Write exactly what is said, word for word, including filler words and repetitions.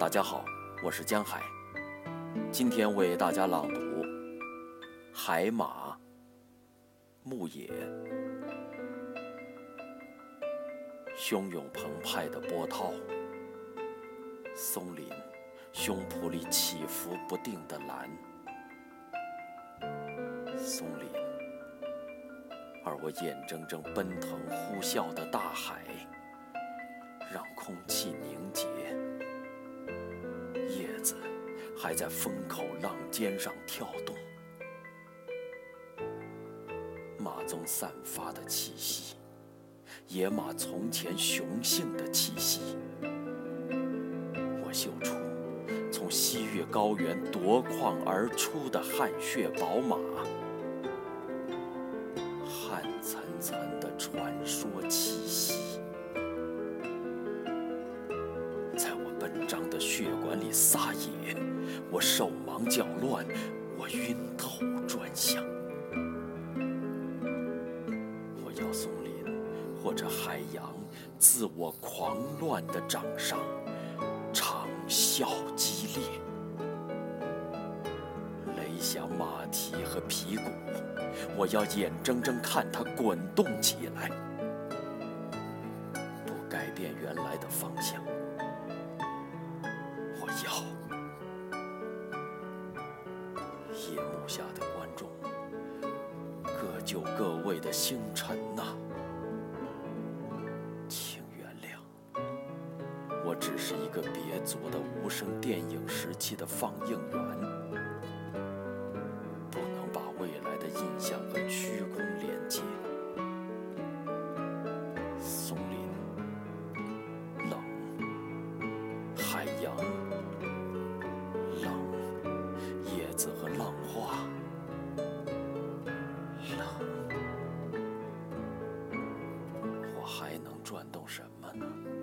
大家好，我是江海，今天为大家朗读《海马》牧野。汹涌澎湃的波涛，松林胸脯里起伏不定的蓝，松林，而我眼睁睁奔腾呼啸的大海，让空气凝结，叶子还在风口浪尖上跳动，马鬃散发的气息，野马从前雄性的气息，我嗅出从西岳高原夺眶而出的汗血宝马，汗涔涔的传说气息，在我奔张的血管里撒野，我手忙脚乱，我晕头转向。我要松林或者海洋自我狂乱的掌上长啸激烈，雷响马蹄和皮鼓，我要眼睁睁看它滚动起来，不改变原来的方向。我要夜幕下的观众，各就各位的星辰呐、啊，请原谅，我只是一个别组的无声电影时期的放映员，不能把未来的印象和虚空连接。松林冷，海洋冷，叶子和浪花冷，我还能转动什么呢？